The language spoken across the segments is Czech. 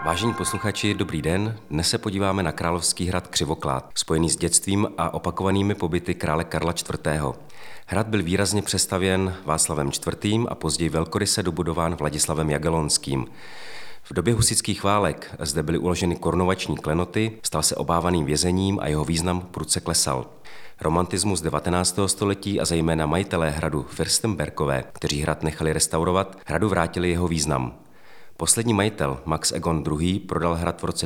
Vážení posluchači, dobrý den. Dnes se podíváme na Královský hrad Křivoklád, spojený s dětstvím a opakovanými pobyty krále Karla IV. Hrad byl výrazně přestavěn Václavem IV. A později velkoryse dobudován Vladislavem Jagellonským. V době husitských válek zde byly uloženy korunovační klenoty, stal se obávaným vězením a jeho význam prudce klesal. Romantismus 19. století a zejména majitelé hradu Fürstenbergové, kteří hrad nechali restaurovat, hradu vrátili jeho význam. Poslední majitel Max Egon II. Prodal hrad v roce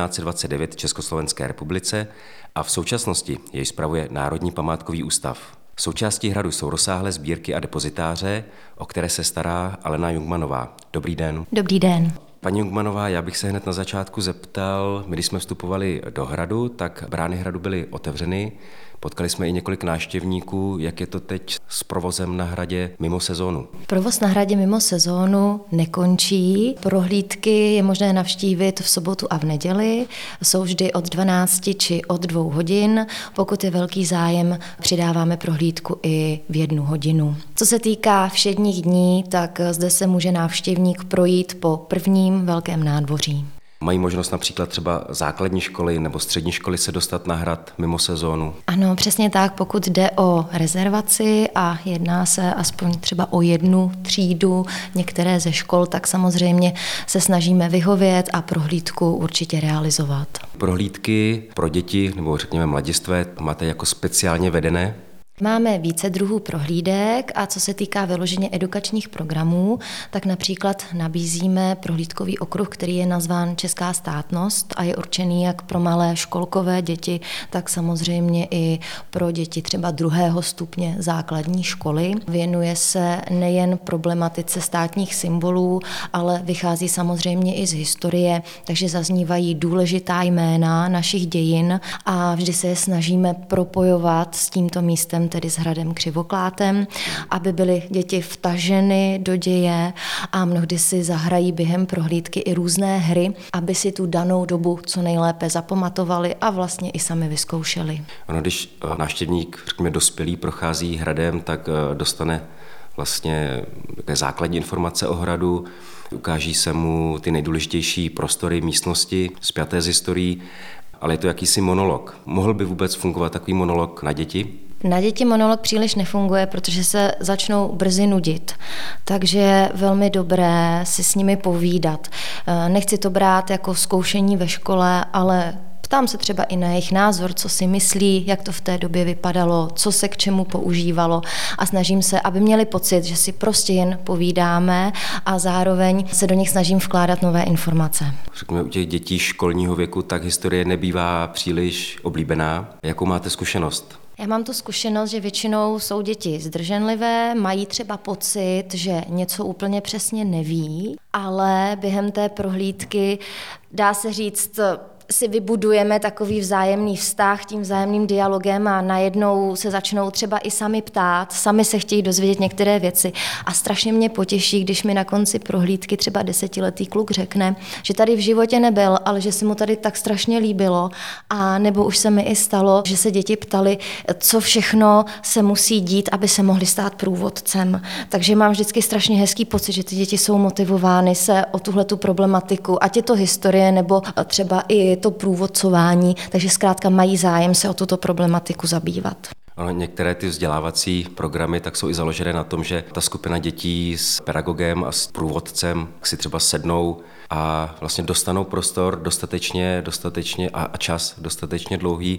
1929 Československé republice a v současnosti jej spravuje Národní památkový ústav. Součástí hradu jsou rozsáhlé sbírky a depozitáře, o které se stará Alena Jungmanová. Dobrý den. Dobrý den. Paní Jungmanová, já bych se hned na začátku zeptal, my když jsme vstupovali do hradu, tak brány hradu byly otevřeny, potkali jsme i několik návštěvníků, jak je to teď s provozem na hradě mimo sezónu? Provoz na hradě mimo sezónu nekončí, prohlídky je možné navštívit v sobotu a v neděli, jsou vždy od 12 či od 2 hodin, pokud je velký zájem, přidáváme prohlídku i v 1 hodinu. Co se týká všedních dní, tak zde se může návštěvník projít po prvním velkém nádvoří. Mají možnost například třeba základní školy nebo střední školy se dostat na hrad mimo sezónu? Ano, přesně tak, pokud jde o rezervaci a jedná se aspoň třeba o 1 třídu některé ze škol, tak samozřejmě se snažíme vyhovět a prohlídku určitě realizovat. Prohlídky pro děti nebo řekněme mladistvé máte jako speciálně vedené? Máme více druhů prohlídek a co se týká vyloženě edukačních programů, tak například nabízíme prohlídkový okruh, který je nazván Česká státnost a je určený jak pro malé školkové děti, tak samozřejmě i pro děti třeba 2. stupně základní školy. Věnuje se nejen problematice státních symbolů, ale vychází samozřejmě i z historie, takže zaznívají důležitá jména našich dějin a vždy se je snažíme propojovat s tímto místem, tedy s hradem Křivoklátem, aby byly děti vtaženy do děje a mnohdy si zahrají během prohlídky i různé hry, aby si tu danou dobu co nejlépe zapamatovali a vlastně i sami vyzkoušeli. Ono, když návštěvník, řekněme dospělý, prochází hradem, tak dostane vlastně také základní informace o hradu, ukáží se mu ty nejdůležitější prostory, místnosti spjaté s historií, ale je to jakýsi monolog. Mohl by vůbec fungovat takový monolog na děti? Na děti monolog příliš nefunguje, protože se začnou brzy nudit, takže je velmi dobré si s nimi povídat. Nechci to brát jako zkoušení ve škole, ale ptám se třeba i na jejich názor, co si myslí, jak to v té době vypadalo, co se k čemu používalo a snažím se, aby měli pocit, že si prostě jen povídáme a zároveň se do nich snažím vkládat nové informace. Řekněme, u těch dětí školního věku tak historie nebývá příliš oblíbená. Jakou máte zkušenost? Já mám tu zkušenost, že většinou jsou děti zdrženlivé, mají třeba pocit, že něco úplně přesně neví, ale během té prohlídky dá se říct, si vybudujeme takový vzájemný vztah tím vzájemným dialogem a najednou se začnou třeba i sami ptát, sami se chtějí dozvědět některé věci a strašně mě potěší, když mi na konci prohlídky třeba 10letý kluk řekne, že tady v životě nebyl, ale že se mu tady tak strašně líbilo a nebo už se mi i stalo, že se děti ptali, co všechno se musí dít, aby se mohli stát průvodcem. Takže mám vždycky strašně hezký pocit, že ty děti jsou motivovány se o tuhletu problematiku, ať je to historie nebo třeba i to průvodcování, takže zkrátka mají zájem se o tuto problematiku zabývat. Ano, některé ty vzdělávací programy tak jsou i založené na tom, že ta skupina dětí s pedagogem a s průvodcem si třeba sednou a vlastně dostanou prostor dostatečně a čas dostatečně dlouhý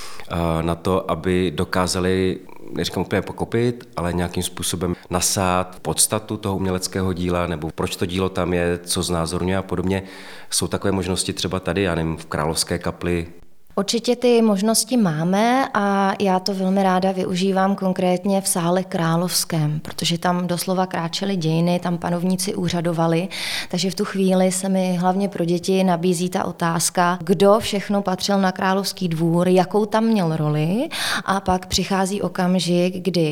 na to, aby dokázali, neříkám úplně pokopit, ale nějakým způsobem nasát podstatu toho uměleckého díla, nebo proč to dílo tam je, co znázorňuje a podobně. Jsou takové možnosti třeba tady, já nevím, v Královské kapli? Určitě ty možnosti máme a já to velmi ráda využívám konkrétně v sále Královském, protože tam doslova kráčely dějiny, tam panovníci úřadovali, takže v tu chvíli se mi hlavně pro děti nabízí ta otázka, kdo všechno patřil na Královský dvůr, jakou tam měl roli a pak přichází okamžik, kdy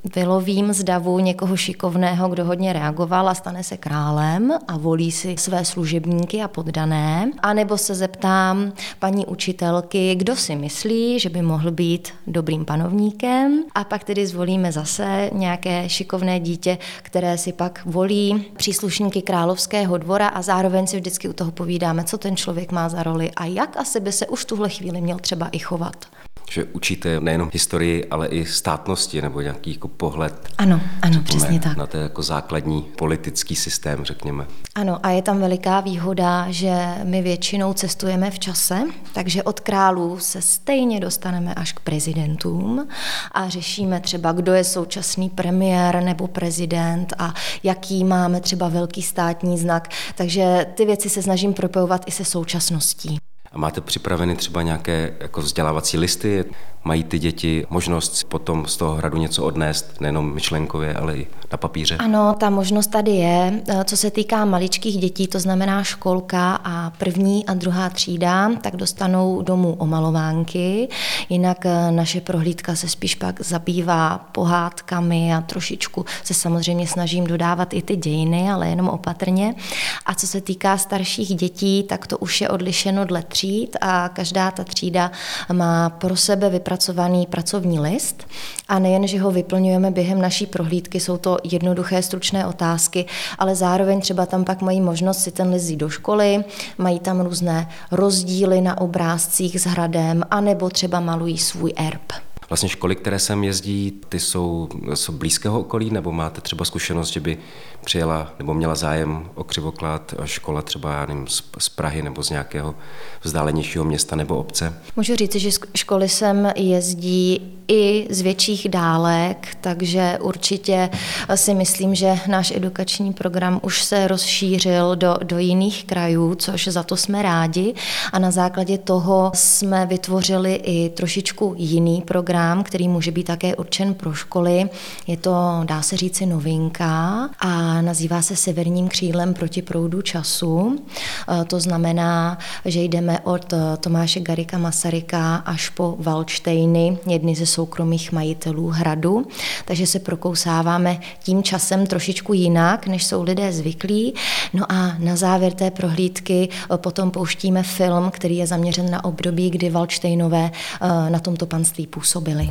vylovím z davu někoho šikovného, kdo hodně reagoval a stane se králem a volí si své služebníky a poddané. A nebo se zeptám paní učitelky, kdo si myslí, že by mohl být dobrým panovníkem. A pak tedy zvolíme zase nějaké šikovné dítě, které si pak volí příslušníky královského dvora a zároveň si vždycky u toho povídáme, co ten člověk má za roli a jak asi by se už v tuhle chvíli měl třeba i chovat. Že učíte nejenom historii, ale i státnosti nebo nějaký jako pohled. Ano, přesně tak. Na ten jako základní politický systém, řekněme. Ano, a je tam veliká výhoda, že my většinou cestujeme v čase, takže od králů se stejně dostaneme až k prezidentům a řešíme třeba, kdo je současný premiér nebo prezident a jaký máme třeba velký státní znak. Takže ty věci se snažím propojovat i se současností. A máte připraveny třeba nějaké jako vzdělávací listy? Mají ty děti možnost si potom z toho hradu něco odnést, nejenom myšlenkově, ale i na papíře? Ano, ta možnost tady je. Co se týká maličkých dětí, to znamená školka a 1. a 2. třída, tak dostanou domů omalovánky. Jinak naše prohlídka se spíš pak zabývá pohádkami a trošičku se samozřejmě snažím dodávat i ty dějiny, ale jenom opatrně. A co se týká starších dětí, tak to už je odlišeno dle tříd a každá ta třída má pro sebe vypracovaný pracovní list a nejen, že ho vyplňujeme během naší prohlídky, jsou to jednoduché stručné otázky, ale zároveň třeba tam pak mají možnost si ten list vzít do školy, mají tam různé rozdíly na obrázcích s hradem, anebo třeba malují svůj erb. Vlastně školy, které sem jezdí, ty jsou blízkého okolí, nebo máte třeba zkušenost, že by přijela nebo měla zájem o Křivoklát škola třeba já nevím, z Prahy nebo z nějakého vzdálenějšího města nebo obce? Můžu říct, že školy sem jezdí i z větších dálek, takže určitě si myslím, že náš edukační program už se rozšířil do jiných krajů, což za to jsme rádi a na základě toho jsme vytvořili i trošičku jiný program, který může být také určen pro školy. Je to, dá se říci, novinka a nazývá se Severním křídlem proti proudu času. To znamená, že jdeme od Tomáše Garrigua Masaryka až po Valdštejny, jedny ze soukromých majitelů hradu, takže se prokousáváme tím časem trošičku jinak, než jsou lidé zvyklí. No a na závěr té prohlídky potom pouštíme film, který je zaměřen na období, kdy Valdštejnové na tomto panství působili.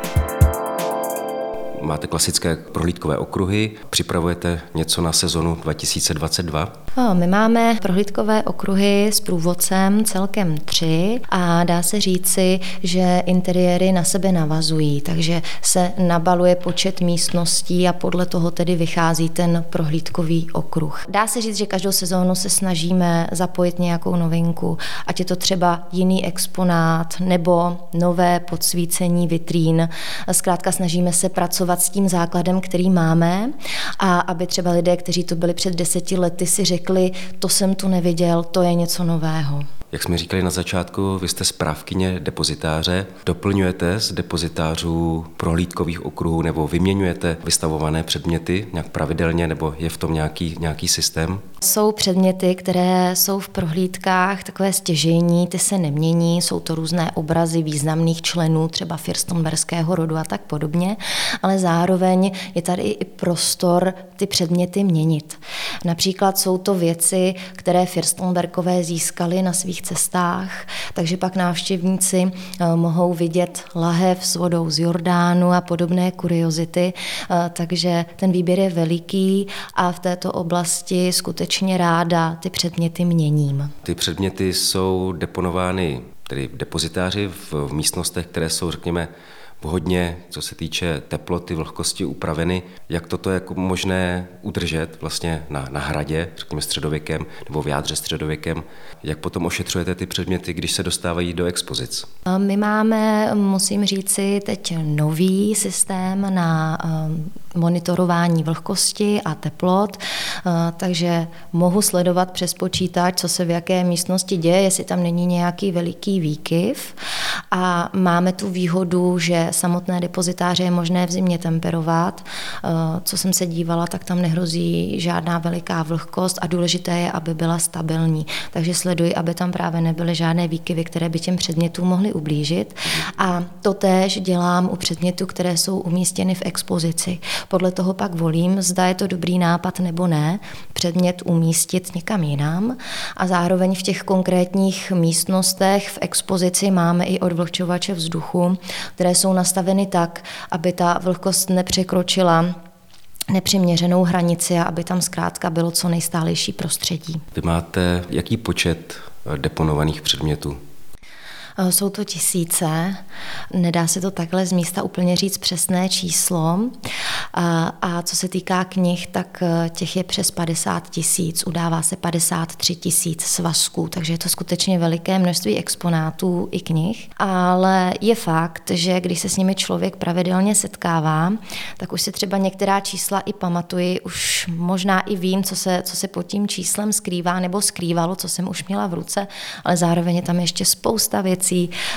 Máte klasické prohlídkové okruhy, připravujete něco na sezonu 2022? My máme prohlídkové okruhy s průvodcem celkem 3 a dá se říci, že interiéry na sebe navazují, takže se nabaluje počet místností a podle toho tedy vychází ten prohlídkový okruh. Dá se říct, že každou sezónu se snažíme zapojit nějakou novinku, ať je to třeba jiný exponát nebo nové podsvícení vitrín. Zkrátka snažíme se pracovat s tím základem, který máme a aby třeba lidé, kteří tu byli před 10 lety, si řekli, to jsem tu neviděl, to je něco nového. Jak jsme říkali na začátku, vy jste správkyně depozitáře. Doplňujete z depozitářů prohlídkových okruhů nebo vyměňujete vystavované předměty nějak pravidelně nebo je v tom nějaký systém? Jsou předměty, které jsou v prohlídkách takové stěžejní, ty se nemění, jsou to různé obrazy významných členů, třeba firstonberského rodu a tak podobně, ale zároveň je tady i prostor ty předměty měnit. Například jsou to věci, které Firstonberkové získali na svých cestách, takže pak návštěvníci mohou vidět lahev s vodou z Jordánu a podobné kuriozity, takže ten výběr je veliký a v této oblasti skutečně ráda ty předměty měním. Ty předměty jsou deponovány tedy v depozitáři v místnostech, které jsou, řekněme, hodně, co se týče teploty, vlhkosti upraveny. Jak toto je jako možné udržet vlastně na hradě, řekněme středověkem, nebo v jádře středověkem? Jak potom ošetřujete ty předměty, když se dostávají do expozic? My máme, musím říci, teď nový systém na monitorování vlhkosti a teplot, takže mohu sledovat přes počítač, co se v jaké místnosti děje, jestli tam není nějaký veliký výkyv. A máme tu výhodu, že samotné depozitáře je možné v zimě temperovat. Co jsem se dívala, tak tam nehrozí žádná veliká vlhkost a důležité je, aby byla stabilní. Takže sleduji, aby tam právě nebyly žádné výkyvy, které by těm předmětům mohly ublížit. A to též dělám u předmětů, které jsou umístěny v expozici. Podle toho pak volím, zda je to dobrý nápad nebo ne, předmět umístit někam jinam. A zároveň v těch konkrétních místnostech v expozici máme i odvlhčovače vzduchu, které jsou nastaveny tak, aby ta vlhkost nepřekročila nepřiměřenou hranici a aby tam zkrátka bylo co nejstálejší prostředí. Vy máte jaký počet deponovaných předmětů? Jsou to tisíce, nedá se to takhle z místa úplně říct přesné číslo. A co se týká knih, tak těch je přes 50 000, udává se 53 000 svazků, takže je to skutečně veliké množství exponátů i knih. Ale je fakt, že když se s nimi člověk pravidelně setkává, tak už si třeba některá čísla i pamatuji, už možná i vím, co se pod tím číslem skrývá nebo skrývalo, co jsem už měla v ruce, ale zároveň je tam ještě spousta věcí,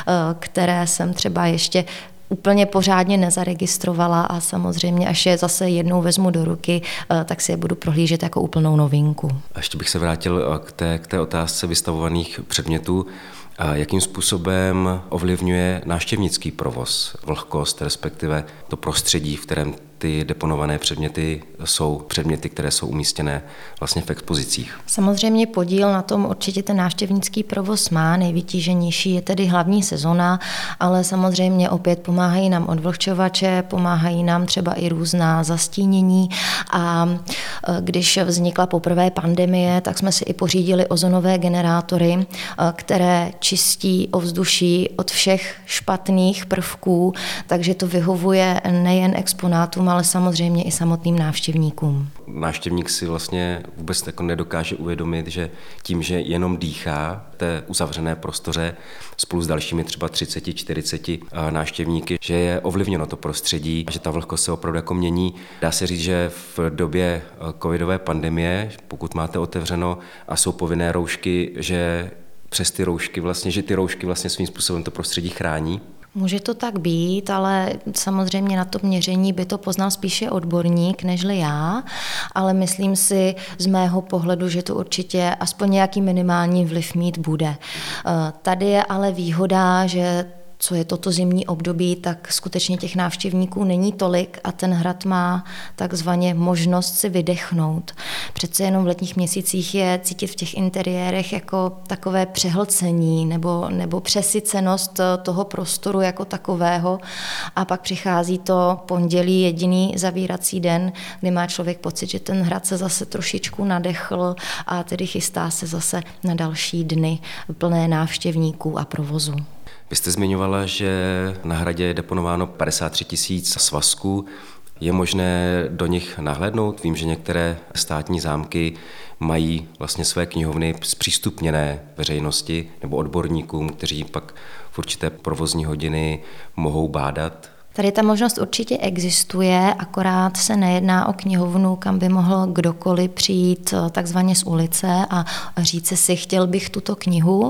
které jsem třeba ještě úplně pořádně nezaregistrovala a samozřejmě, až je zase jednou vezmu do ruky, tak si je budu prohlížet jako úplnou novinku. A ještě bych se vrátil k té otázce vystavovaných předmětů. Jakým způsobem ovlivňuje návštěvnický provoz, vlhkost, respektive to prostředí, v kterém ty deponované předměty jsou předměty, které jsou umístěné vlastně v expozicích? Samozřejmě podíl na tom určitě ten návštěvnický provoz má, nejvytíženější je tedy hlavní sezona, ale samozřejmě opět pomáhají nám odvlhčovače, pomáhají nám třeba i různá zastínění a když vznikla poprvé pandemie, tak jsme si i pořídili ozonové generátory, které čistí ovzduší od všech špatných prvků, takže to vyhovuje nejen exponátům, ale samozřejmě i samotným návštěvníkům. Návštěvník si vlastně vůbec jako nedokáže uvědomit, že tím, že jenom dýchá v té uzavřené prostoře spolu s dalšími třeba 30-40 návštěvníky, že je ovlivněno to prostředí, že ta vlhkost se opravdu jako mění. Dá se říct, že v době covidové pandemie, pokud máte otevřeno a jsou povinné roušky, že přes ty roušky vlastně, že ty roušky vlastně svým způsobem to prostředí chrání? Může to tak být, ale samozřejmě na to měření by to poznal spíše odborník nežli já, ale myslím si z mého pohledu, že to určitě aspoň nějaký minimální vliv mít bude. Tady je ale výhoda, že co je toto zimní období, tak skutečně těch návštěvníků není tolik a ten hrad má takzvaně možnost si vydechnout. Přece jenom v letních měsících je cítit v těch interiérech jako takové přehlcení nebo přesycenost toho prostoru jako takového a pak přichází to pondělí, jediný zavírací den, kdy má člověk pocit, že ten hrad se zase trošičku nadechl a tedy chystá se zase na další dny plné návštěvníků a provozu. Vy jste zmiňovala, že na hradě je deponováno 53 000 svazků. Je možné do nich nahlédnout? Vím, že některé státní zámky mají vlastně své knihovny zpřístupněné veřejnosti nebo odborníkům, kteří pak v určité provozní hodiny mohou bádat. Tady ta možnost určitě existuje, akorát se nejedná o knihovnu, kam by mohl kdokoliv přijít takzvaně z ulice a říct si, chtěl bych tuto knihu.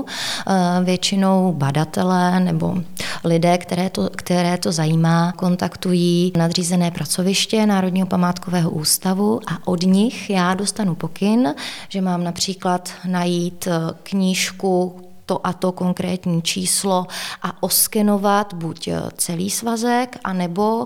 Většinou badatelé nebo lidé, které to zajímá, kontaktují nadřízené pracoviště Národního památkového ústavu a od nich já dostanu pokyn, že mám například najít knížku, to a to konkrétní číslo a oskenovat buď celý svazek, anebo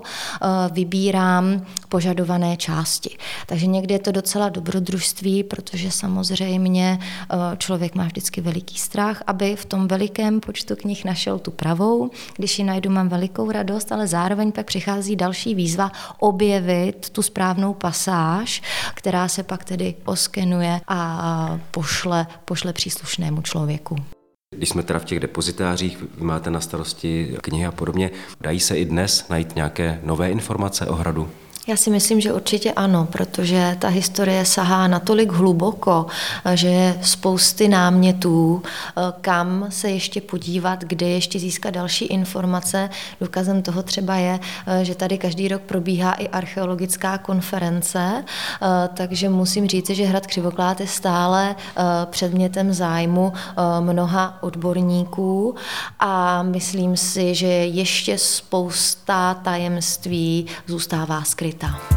vybírám požadované části. Takže někdy je to docela dobrodružství, protože samozřejmě člověk má vždycky veliký strach, aby v tom velikém počtu knih našel tu pravou. Když ji najdu, mám velikou radost, ale zároveň pak přichází další výzva objevit tu správnou pasáž, která se pak tedy oskenuje a pošle příslušnému člověku. Když jsme teda v těch depozitářích, vy máte na starosti knihy a podobně, dají se i dnes najít nějaké nové informace o hradu? Já si myslím, že určitě ano, protože ta historie sahá natolik hluboko, že je spousty námětů, kam se ještě podívat, kde ještě získat další informace. Důkazem toho třeba je, že tady každý rok probíhá i archeologická konference, takže musím říct, že hrad Křivoklád je stále předmětem zájmu mnoha odborníků a myslím si, že ještě spousta tajemství zůstává skrytá.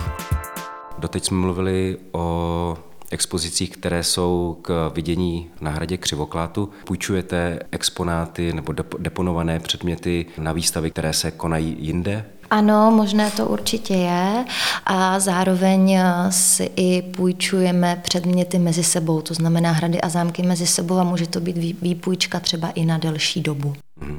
Doteď jsme mluvili o expozicích, které jsou k vidění na hradě Křivoklátu. Půjčujete exponáty nebo deponované předměty na výstavy, které se konají jinde? Ano, možné to určitě je a zároveň si i půjčujeme předměty mezi sebou, to znamená hrady a zámky mezi sebou a může to být výpůjčka třeba i na delší dobu.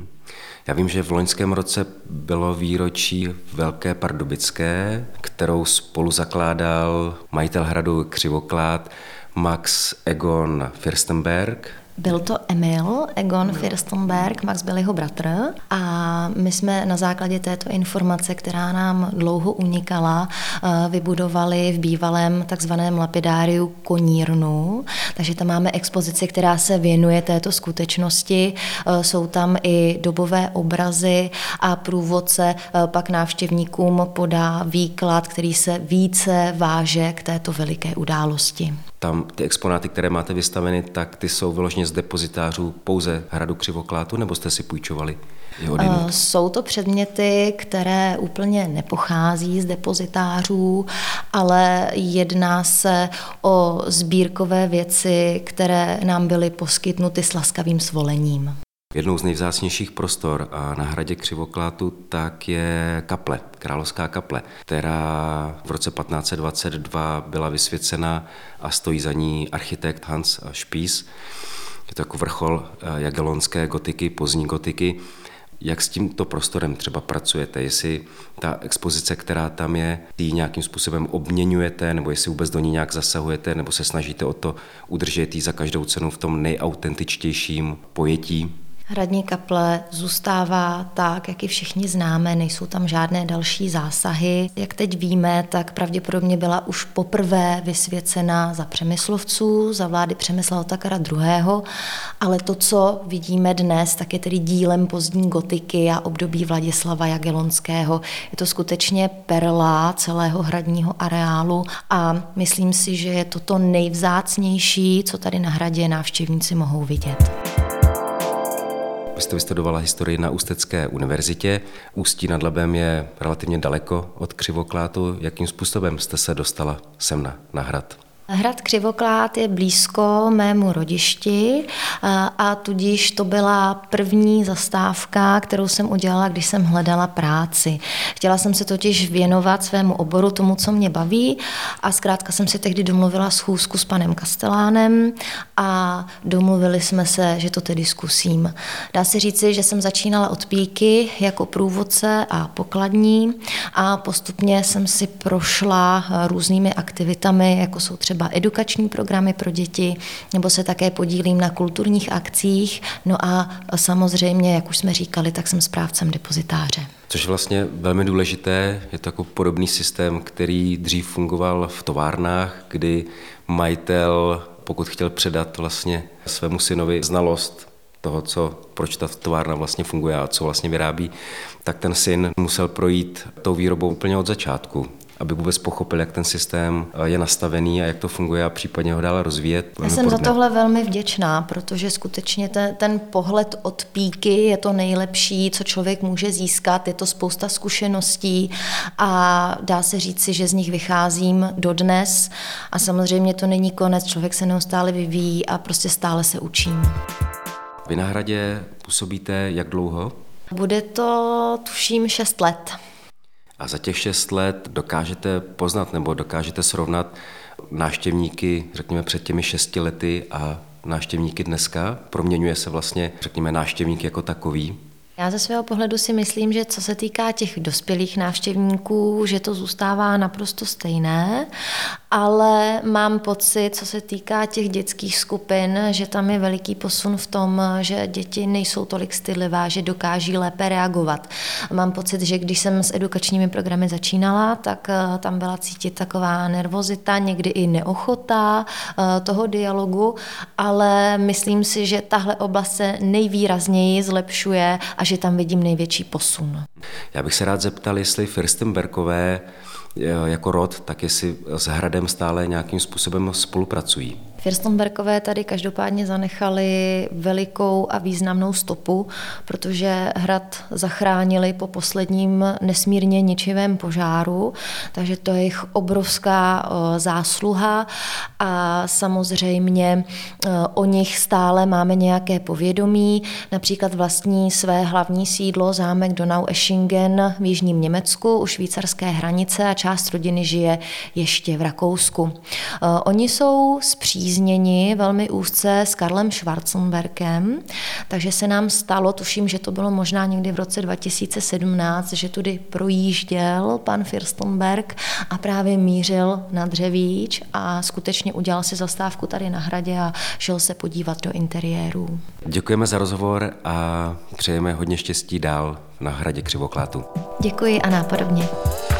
Já vím, že v loňském roce bylo výročí Velké pardubické, kterou spolu zakládal majitel hradu Křivoklád Max Egon Fürstenberg. Byl to Emil Egon Fürstenberg, Max byl jeho bratr a my jsme na základě této informace, která nám dlouho unikala, vybudovali v bývalém takzvaném lapidáriu konírnu, takže tam máme expozici, která se věnuje této skutečnosti, jsou tam i dobové obrazy a průvodce pak návštěvníkům podá výklad, který se více váže k této veliké události. Tam ty exponáty, které máte vystaveny, tak ty jsou vyloženě z depozitářů pouze hradu Křivoklátu, nebo jste si půjčovali? Jsou to předměty, které úplně nepochází z depozitářů, ale jedná se o sbírkové věci, které nám byly poskytnuty s laskavým svolením. Jednou z nejvzácnějších prostor a na hradě Křivoklátu tak je kaple, královská kaple, která v roce 1522 byla vysvěcena a stojí za ní architekt Hans Spies. Je to jako vrchol jagellonské gotiky, pozdní gotiky. Jak s tímto prostorem třeba pracujete? Jestli ta expozice, která tam je, ji nějakým způsobem obměňujete, nebo jestli vůbec do ní nějak zasahujete, nebo se snažíte o to udržet ji za každou cenu v tom nejautentičtějším pojetí? Hradní kaple zůstává tak, jak ji všichni známe, nejsou tam žádné další zásahy. Jak teď víme, tak pravděpodobně byla už poprvé vysvěcena za Přemyslovců, za vlády Přemysla Otakara II., ale to, co vidíme dnes, tak je tedy dílem pozdní gotiky a období Vladislava Jagellonského. Je to skutečně perla celého hradního areálu a myslím si, že je to nejvzácnější, co tady na hradě návštěvníci mohou vidět. Vy jste vystudovala historii na Ústecké univerzitě. Ústí nad Labem je relativně daleko od Křivoklátu. Jakým způsobem jste se dostala sem na hrad? Hrad Křivoklád je blízko mému rodišti a tudíž to byla první zastávka, kterou jsem udělala, když jsem hledala práci. Chtěla jsem se totiž věnovat svému oboru, tomu, co mě baví a zkrátka jsem si tehdy domluvila schůzku s panem Kastelánem a domluvili jsme se, že to tedy zkusím. Dá se říci, že jsem začínala od píky jako průvodce a pokladní a postupně jsem si prošla různými aktivitami, jako jsou třeba edukační programy pro děti, nebo se také podílím na kulturních akcích. No a samozřejmě, jak už jsme říkali, tak jsem správcem depozitáře. Což je vlastně velmi důležité, je to jako podobný systém, který dřív fungoval v továrnách, kdy majitel, pokud chtěl předat vlastně svému synovi znalost toho, proč ta továrna vlastně funguje a co vlastně vyrábí, tak ten syn musel projít tou výrobou úplně od začátku, aby vůbec pochopil, jak ten systém je nastavený a jak to funguje a případně ho dál rozvíjet. Já jsem za tohle velmi vděčná, protože skutečně ten pohled od píky je to nejlepší, co člověk může získat. Je to spousta zkušeností a dá se říci, že z nich vycházím dodnes a samozřejmě to není konec, člověk se neustále vyvíjí a prostě stále se učím. Vy na hradě působíte jak dlouho? Bude to, tuším, 6 let. A za těch 6 let dokážete poznat nebo dokážete srovnat návštěvníky, řekněme, před těmi 6 lety a návštěvníky dneska? Proměňuje se vlastně, řekněme, návštěvník jako takový? Já ze svého pohledu si myslím, že co se týká těch dospělých návštěvníků, že to zůstává naprosto stejné, ale mám pocit, co se týká těch dětských skupin, že tam je veliký posun v tom, že děti nejsou tolik stydlivá, že dokáží lépe reagovat. Mám pocit, že když jsem s edukačními programy začínala, tak tam byla cítit taková nervozita, někdy i neochota toho dialogu, ale myslím si, že tahle oblast se nejvýrazněji zlepšuje a že tam vidím největší posun. Já bych se rád zeptal, jestli Fürstenbergové jako rod, tak jestli s Hradem stále nějakým způsobem spolupracují. Fürstenbergové tady každopádně zanechali velikou a významnou stopu, protože Hrad zachránili po posledním nesmírně ničivém požáru, takže to je jejich obrovská zásluha a samozřejmě o nich stále máme nějaké povědomí, například vlastní své hlavní sídlo zámek Donaueschingen v jižním Německu u švýcarské hranice a část rodiny žije ještě v Rakousku. Oni jsou spřízněni velmi úzce s Karlem Schwarzenbergem, takže se nám stalo, tuším, že to bylo možná někdy v roce 2017, že tudy projížděl pan Fürstenberg a právě mířil na Dřevíč a skutečně udělal si zastávku tady na Hradě a šel se podívat do interiérů. Děkujeme za rozhovor a přejeme hodně štěstí dál na Hradě Křivoklátu. Děkuji a nápodobně.